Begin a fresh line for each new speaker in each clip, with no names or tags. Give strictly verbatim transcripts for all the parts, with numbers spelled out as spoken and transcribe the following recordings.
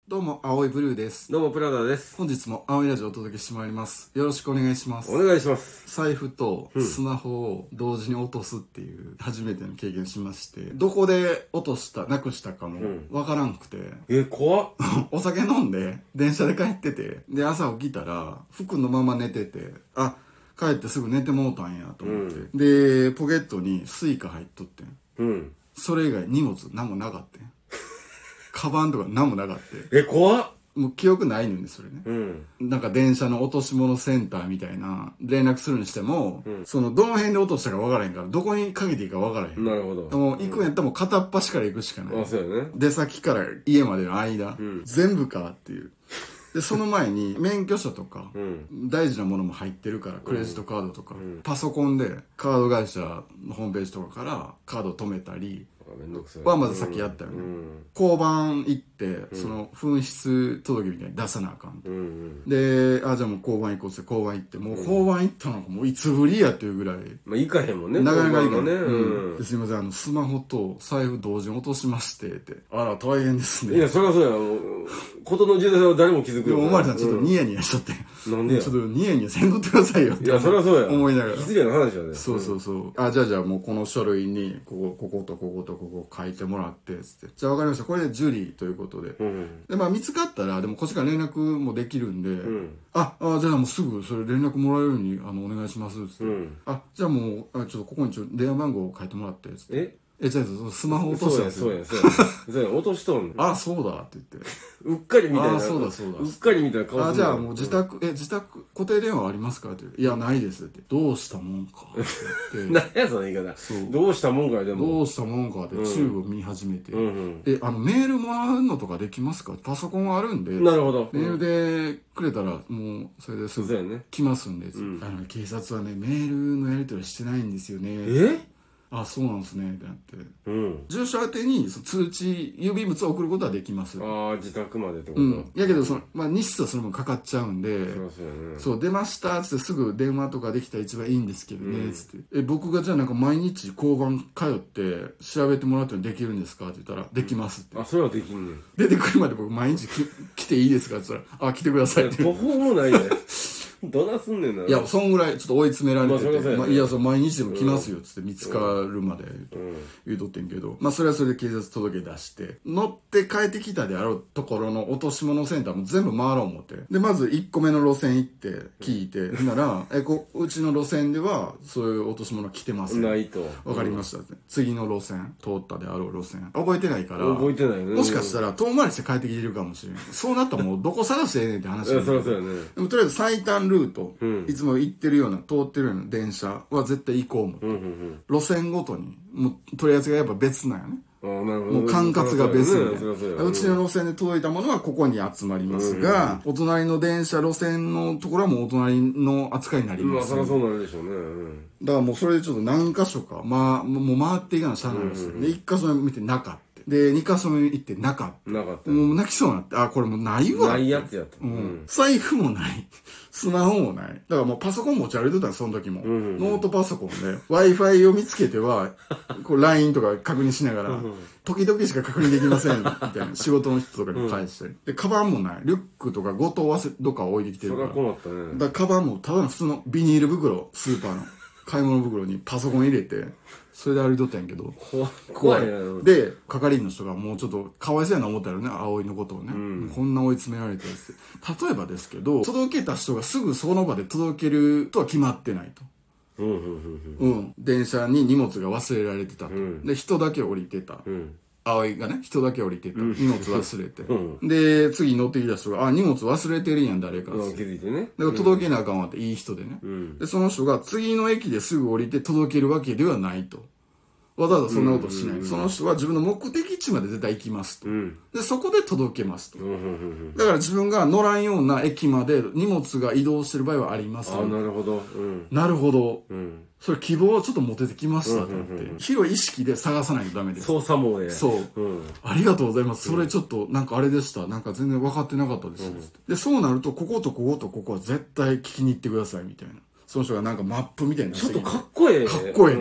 どうも、青いブルーです。
どうも、プラダです。
本日も青いラジオをお届けしてまいります。よろしくお願いします。
お願いします。
財布とスマホを同時に落とすっていう初めての経験をしまして、どこで落とした、なくしたかもわからんくて、
え、怖っ。
お酒飲んで電車で帰ってて、で、朝起きたら服のまま寝てて、あ、帰ってすぐ寝てもうたんやと思って、で、ポケットにスイカ入っとってん。
うん。
それ以外荷物何もなかったん。カバンとか何もなかった。
え、怖っ。
もう記憶ないのにそれね、
うん、
なんか電車の落とし物センターみたいな連絡するにしても、うん、そのどの辺で落としたか分からへんからどこにかけていいか分からへん。
なるほど。
もう行くんやったらもう片っ端から行くしかない。
あ、そうやね。
出先から家までの間、うん、全部かっていう。でその前に免許証とか、うん、大事なものも入ってるからクレジットカードとか、うん、パソコンでカード会社のホームページとかからカードを止めたりはまず先やったよね、うん、交番行って、うん、その紛失届みたいに出さなあかんと、うんうん、で、あ、じゃあもう交番行こうって交番行って、もう交番行ったのがもういつぶりやっていうぐらい、
まあ行かへんもんね、
なかなか行かへん、
ね、
うん、すいません、あのスマホと財布同時に落としましてって、あら大変ですね。
いや、そりゃそうや、ことの時代は誰も気づくよ。
でもお前さんちょっとニヤニヤしとって、
うん、なんでや、
ちょっとニヤニヤせんとってくださいよって、
いや、そりゃそうや
思いながら、
失礼な話やね。
そうそうそう、うん、あ、じゃあじゃあもうこの書類にこここことこことここ書いてもらってつって、じゃあ分かりました、これで受理ということで、うん、でまあ見つかったらでもこっちから連絡もできるんで、うん、ああ、じゃあもうすぐそれ連絡もらえるようにあのお願いしますつって、うん、あ、じゃあもうあちょっとここにちょっと電話番号を書いてもらってつって、ええ、じゃあスマホ落としたんですよ。
そうや、そうや、そうや。そうや、落としとんねん。
あ、そうだって言って。
うっかりみたいな。
あ、そうだそうだ。
うっかりみたいな顔する。
あ、じゃあもう自宅、え、自宅、固定電話ありますかって。いや、ないですって。どうしたもんかって。
何やその言い方。そう。どうしたもんかでも。
どうしたもんかって中国見始めて。え、あの、メールもらうのとかできますか？パソコンあるんで。
なるほど。
メールでくれたら、もう、それですぐ来ますんで。あの、警察はね、メールのやり取りしてないんですよね。
え？
あ、そうなんですねってなって、うん、住所宛てに通知郵便物を送ることはできます。
ああ、自宅までってこと。
うん、やけどその、まあ、日数はその分かかっちゃうんで、そうですよね、そう出ましたっつってすぐ電話とかできたら一番いいんですけどね、うん、つってえ僕がじゃあなんか毎日交番通って調べてもらってもできるんですかって言ったら、できますって、
あ、それはできんねん。
出てくるまで僕毎日来ていいですかって言ったら、あ、来てくださいって。
途方もないね。どないすんねんな。
いや、そんぐらいちょっと追い詰められてて、まあまあ、いや、そう毎日でも来ますよっつって見つかるまで言うとってんけど、まあそれはそれで警察届け出して乗って帰ってきたであろうところの落とし物センターも全部回ろう思って、でまずいっこめの路線行って聞いて、うん、ならえこうちの路線ではそういう落とし物来てます、
ね、ないと。
わかりましたって、うん、次の路線通ったであろう路線覚えてないから、
覚えてないね、
もしかしたら遠回りして帰ってきてるかもしれない。そうなったらもうどこ探してええねんって話なんだけど、
そうそうやね。
でもとりあえず最短ルート、うん、いつも行ってるような通ってるような電車は絶対行こう思って、うんうんうん、路線ごとにもう取り扱いがやっぱ別なんよね。もう管轄が別で、うちの路線で届いたものはここに集まりますが、お隣の電車路線のところはもうお隣の扱いになります。
まあそりゃそうなるでしょうね。
だからもうそれでちょっと何箇所か、まあ、もう回っていかなしゃあないですよ。でいっ箇所目見てなかった。でに箇所目行ってなかった。
なかった。
もう泣きそうになって、あ、これもうないわ。
ないやつやった。
うん。財布もない。スマホもない。だからもうパソコン持ち歩いてたんその時も。うんうんうん、ノートパソコンで Wi-Fi を見つけては、こう ライン とか確認しながら、時々しか確認できませんみたいな仕事の人とかに返して、うん、でカバンもない。リュックとかごと忘れどっか置いてきてるから。
それは困ったね。
だからカバンもただの普通のビニール袋、スーパーの買い物袋にパソコン入れて、それで歩いとったんやけど、
怖い
で係員の人がもうちょっとかわいそうやな思ったよね、葵のことをね、うん、こんな追い詰められてるって。例えばですけど、届けた人がすぐその場で届けるとは決まってないと。うんうんうんうん、電車に荷物が忘れられてたと、うん、で人だけ降りてた、うん、葵がね人だけ降りてた、うん、荷物忘れて、うん、で次乗ってきた人が、あ、荷物忘れてるやん誰かって、うん、
気づいてね、
だから届けなあかんわって、いい人でね、うん、でその人が次の駅ですぐ降りて届けるわけではないと。わざわざそんなことしない。その人は自分の目的地まで絶対行きますと。うん、で、そこで届けますと。だから自分が乗らんような駅まで荷物が移動してる場合はあります。
あ、なるほど。
うん、なるほど。うん、それ希望をちょっと持ててきましたってなって、広い意識で探さないとダメです。
操作網で。
そう、うん。ありがとうございます。それちょっとなんかあれでした。なんか全然分かってなかったです。うん、で、そうなると、こことこことここは絶対聞きに行ってくださいみたいな。その人がなんかマップみたいな。
ちょっとかっこええ。
かっこええね。うん、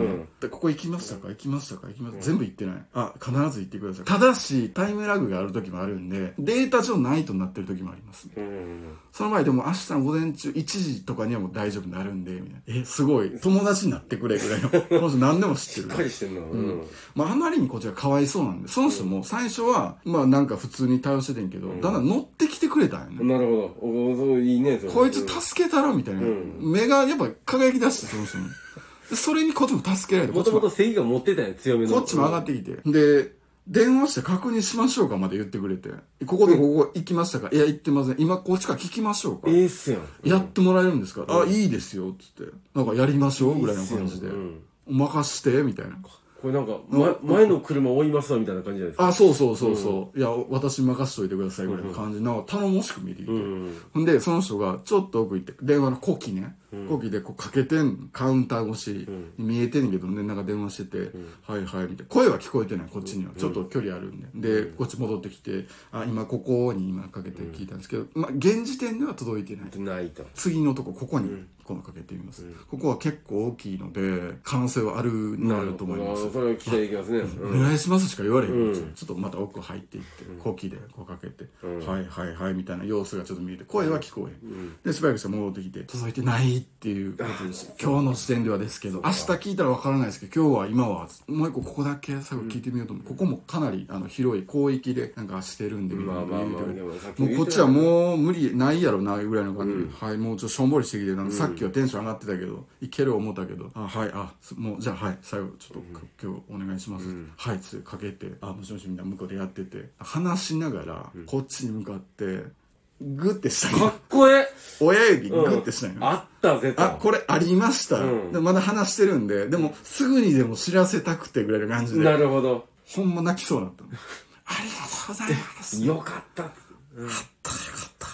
でここ行きましたか行きましたか行きました、全部行ってない。あ、必ず行ってください。ただし、タイムラグがある時もあるんで、データ上ないとなってる時もあります。その場合でも明日の午前中いちじとかにはもう大丈夫になるんで、みたいな。え、すごい。友達になってくれぐらいの。この人何でも知ってる。
しっかりしてんの。うん。
まあ、あまりにこっちがかわいそうなんで、その人も最初は、まあなんか普通に対応しててんけど、だんだん乗ってきてくれたんよね。
なるほど。お、そういいね、それ。
こいつ助けたろみたいな。目がやっぱ輝き出して、その人に。それにこっちも助けられて、
もともと正義が持ってたんや、強めの。
こっちも上がってきて。で、電話して確認しましょうかまで言ってくれて。ここでここ行きましたかいや、行ってません。今こっちから聞きましょうか
ええっすやん。
やってもらえるんですか、あ、いいですよ、つって。なんかやりましょうぐらいの感じで。任して、みたいな。
これなんか、ま、前の車追いますわみたいな感じじゃないですか。
あ、そうそうそうそう。うん、いや、私任しといてくださいぐらいの感じの、頼もしく見ていて。ほんで、その人がちょっと奥行って、電話の呼気ね。呼気でこうかけてん、カウンター越しに見えてんけどね、なんか電話してて、うん、はいはい、みたいな。声は聞こえてない、こっちには。ちょっと距離あるんで。で、こっち戻ってきて、あ、今ここに今かけて聞いたんですけど、まあ、現時点では届いてない。
ないと。
次のとこ、ここに。今度かけてみます、うん、ここは結構大きいので可能性はあるなると思います。
それは期待できますね、
うん、お願いしますしか言われへん、うん、ちょっとまた奥入っていって呼気でこうかけて、うん、はいはいはいみたいな様子がちょっと見えて声は聞こえへん、うん、でしばらくして戻ってきて届いてないっていうことです。今日の時点ではですけど明日聞いたら分からないですけど今日は今はもう一個ここだけ最後聞いてみようと思う、うん、ここもかなりあの広い広域でなんかしてるんでみんなでもうこっちはもう無理ないやろなぐらいの感じで、うん、はいもうちょっとしょんぼりしてきてなんかさっきはテンション上がってたけどいける思ったけど、あ、はい、あ、もう、じゃあ、はい、最後、ちょっと、うん、今日お願いします。うん、はい、つかけて、あ、もしもしみんな向こうでやってて、話しながら、うん、こっちに向かって、グッてした
かっこええ
親指グッてしたんよ、
うん。あったぜと。
あ、これありました。うん、でまだ話してるんで、でも、すぐにでも知らせたくてぐらいの感じで。
なるほど。
ほんま泣きそうになったの。ありがとうございます。
よかった。
うん、あったよかった。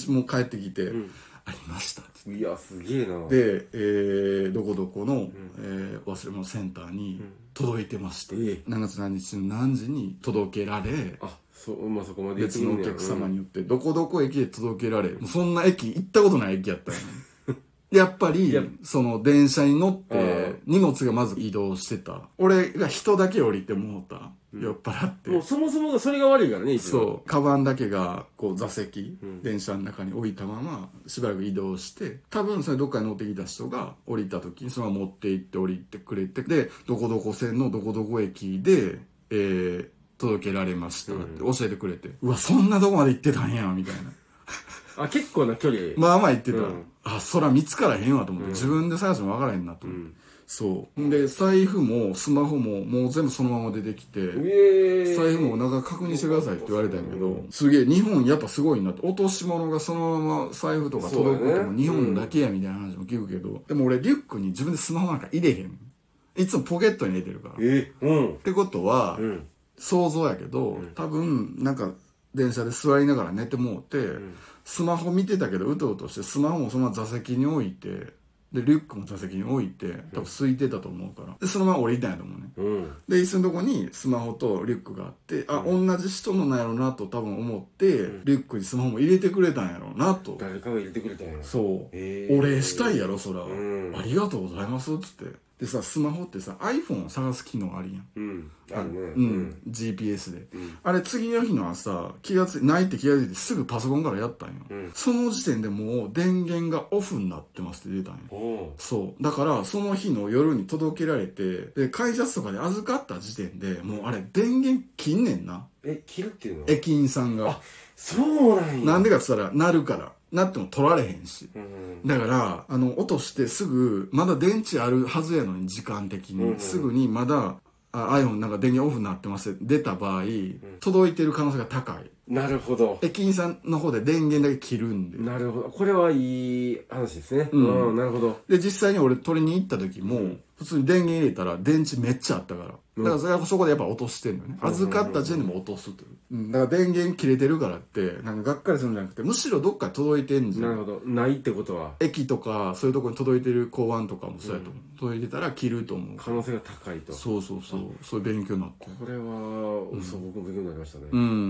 で、もう帰ってきて、うんありました
いやすげえな
で、えー、どこどこの、うんえー、忘れ物センターに届いてました、うんえー、何月何日の何時に届けられ
あそう、まあ、そこまで
別のお客様によって、うん、どこどこ駅で届けられもうそんな駅行ったことない駅やったよねやっぱりその電車に乗って荷物がまず移動してた俺が人だけ降りてもうた酔っ払って、
もうそもそもがそれが悪いからね
そうカバンだけがこう座席、うん、電車の中に置いたまましばらく移動して多分それどっかに乗ってきた人が降りた時にそのまま持って行って降りてくれてでどこどこ線のどこどこ駅で、えー、届けられましたって教えてくれて、うん、うわそんなとこまで行ってたんやみたいな
あ結構な距離
まあまあ行ってた、うん、あそら見つからへんわと思って、うん、自分で探しても分からへんなと思って、うんそうで財布もスマホももう全部そのまま出てきて財布も中確認してくださいって言われたんやけどすげえ日本やっぱすごいなって落とし物がそのまま財布とか届くことも日本だけやみたいな話も聞くけど、でも俺リュックに自分でスマホなんか入れへんいつもポケットに入れてるから
えうん
ってことは、うん、想像やけど、うん、多分なんか電車で座りながら寝てもうて、うん、スマホ見てたけどうとうとしてスマホもそのまま座席に置いてでリュックも座席に置いて多分空いてたと思うからでそのまま降りたんやと思うね、うん、で椅子のとこにスマホとリュックがあって、うん、あ同じ人のなんやろうなと多分思って、うん、リュックにスマホも入れてくれたんやろうなと
誰かが入れてくれたんや
そうお礼したいやろそら、うん、ありがとうございますっつってでさスマホってさ iPhone を探す機能あるやん
うんあるね
うん、ジーピーエス で、うん、あれ次の日の朝気がついないって気がついてすぐパソコンからやったんよ、うん、その時点でもう電源がオフになってますって出たんよそうだからその日の夜に届けられてで改札とかで預かった時点でもうあれ電源切んねんな
え切るっていうの
駅員さんが
あそうなんや
なんでかっつったら鳴るからなっても取られへんし、うん、だからあの落としてすぐまだ電池あるはずやのに時間的に、うん、すぐにまだあ iPhone なんか電源オフになってますって出た場合、うん、届いてる可能性が高い
なるほど
駅員さんの方で電源だけ切るんで
なるほどこれはいい話ですねうん、うん、なるほど
で実際に俺取りに行った時も、うん、普通に電源入れたら電池めっちゃあったからだからそれはそこでやっぱ落としてんのよね、うん、預かった時点でも落とすという、うん、だから電源切れてるからってなんかがっかりするんじゃなくてむしろどっか届いてんじゃん
なるほどないってことは
駅とかそういうとこに届いてる港湾とかもそうやと思う、うん、届いてたら切ると思う
可能性が高いと
そうそうそうそういう勉強になって
これは、うん、そう僕も勉強になりましたね
うん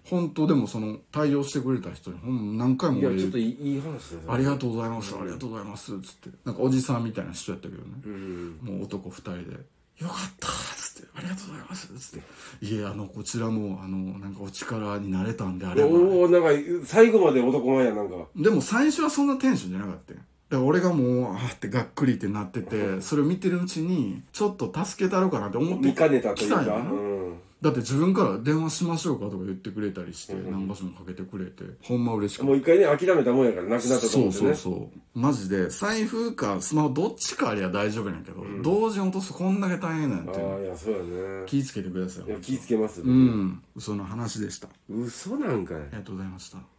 本当でもその対応してくれた人にほんま何回も
いやちょっといいいい話ですね。
ありがとうございます、ありがとうございますっつってなんかおじさんみたいな人やったけどね、うん、もう男ふたりでよかったっつってありがとうございますっつっていえあのこちらもあのなんかお力になれたんであれば
おおなんか最後まで男前やなんか
でも最初はそんなテンションじゃなかったよだから俺がもうあーってがっくりってなっててそれを見てるうちにちょっと助けたろうかなって思って
見かねたというか、
来たんやな、
うん
だって自分から電話しましょうかとか言ってくれたりして、うん、何場所もかけてくれてほんま嬉しかった。
もう一回ね諦めたもんやからなくなったと思ってね。
そうそうそうマジで財布かスマホどっちかありゃ大丈夫なんやけど、うん、同時に落とすこんだけ大変なんて
ああいやそうやね
気ぃつけてください。
いや気ぃつけます、
うん嘘の話でした。
嘘なんかい。あ
りがとうございました。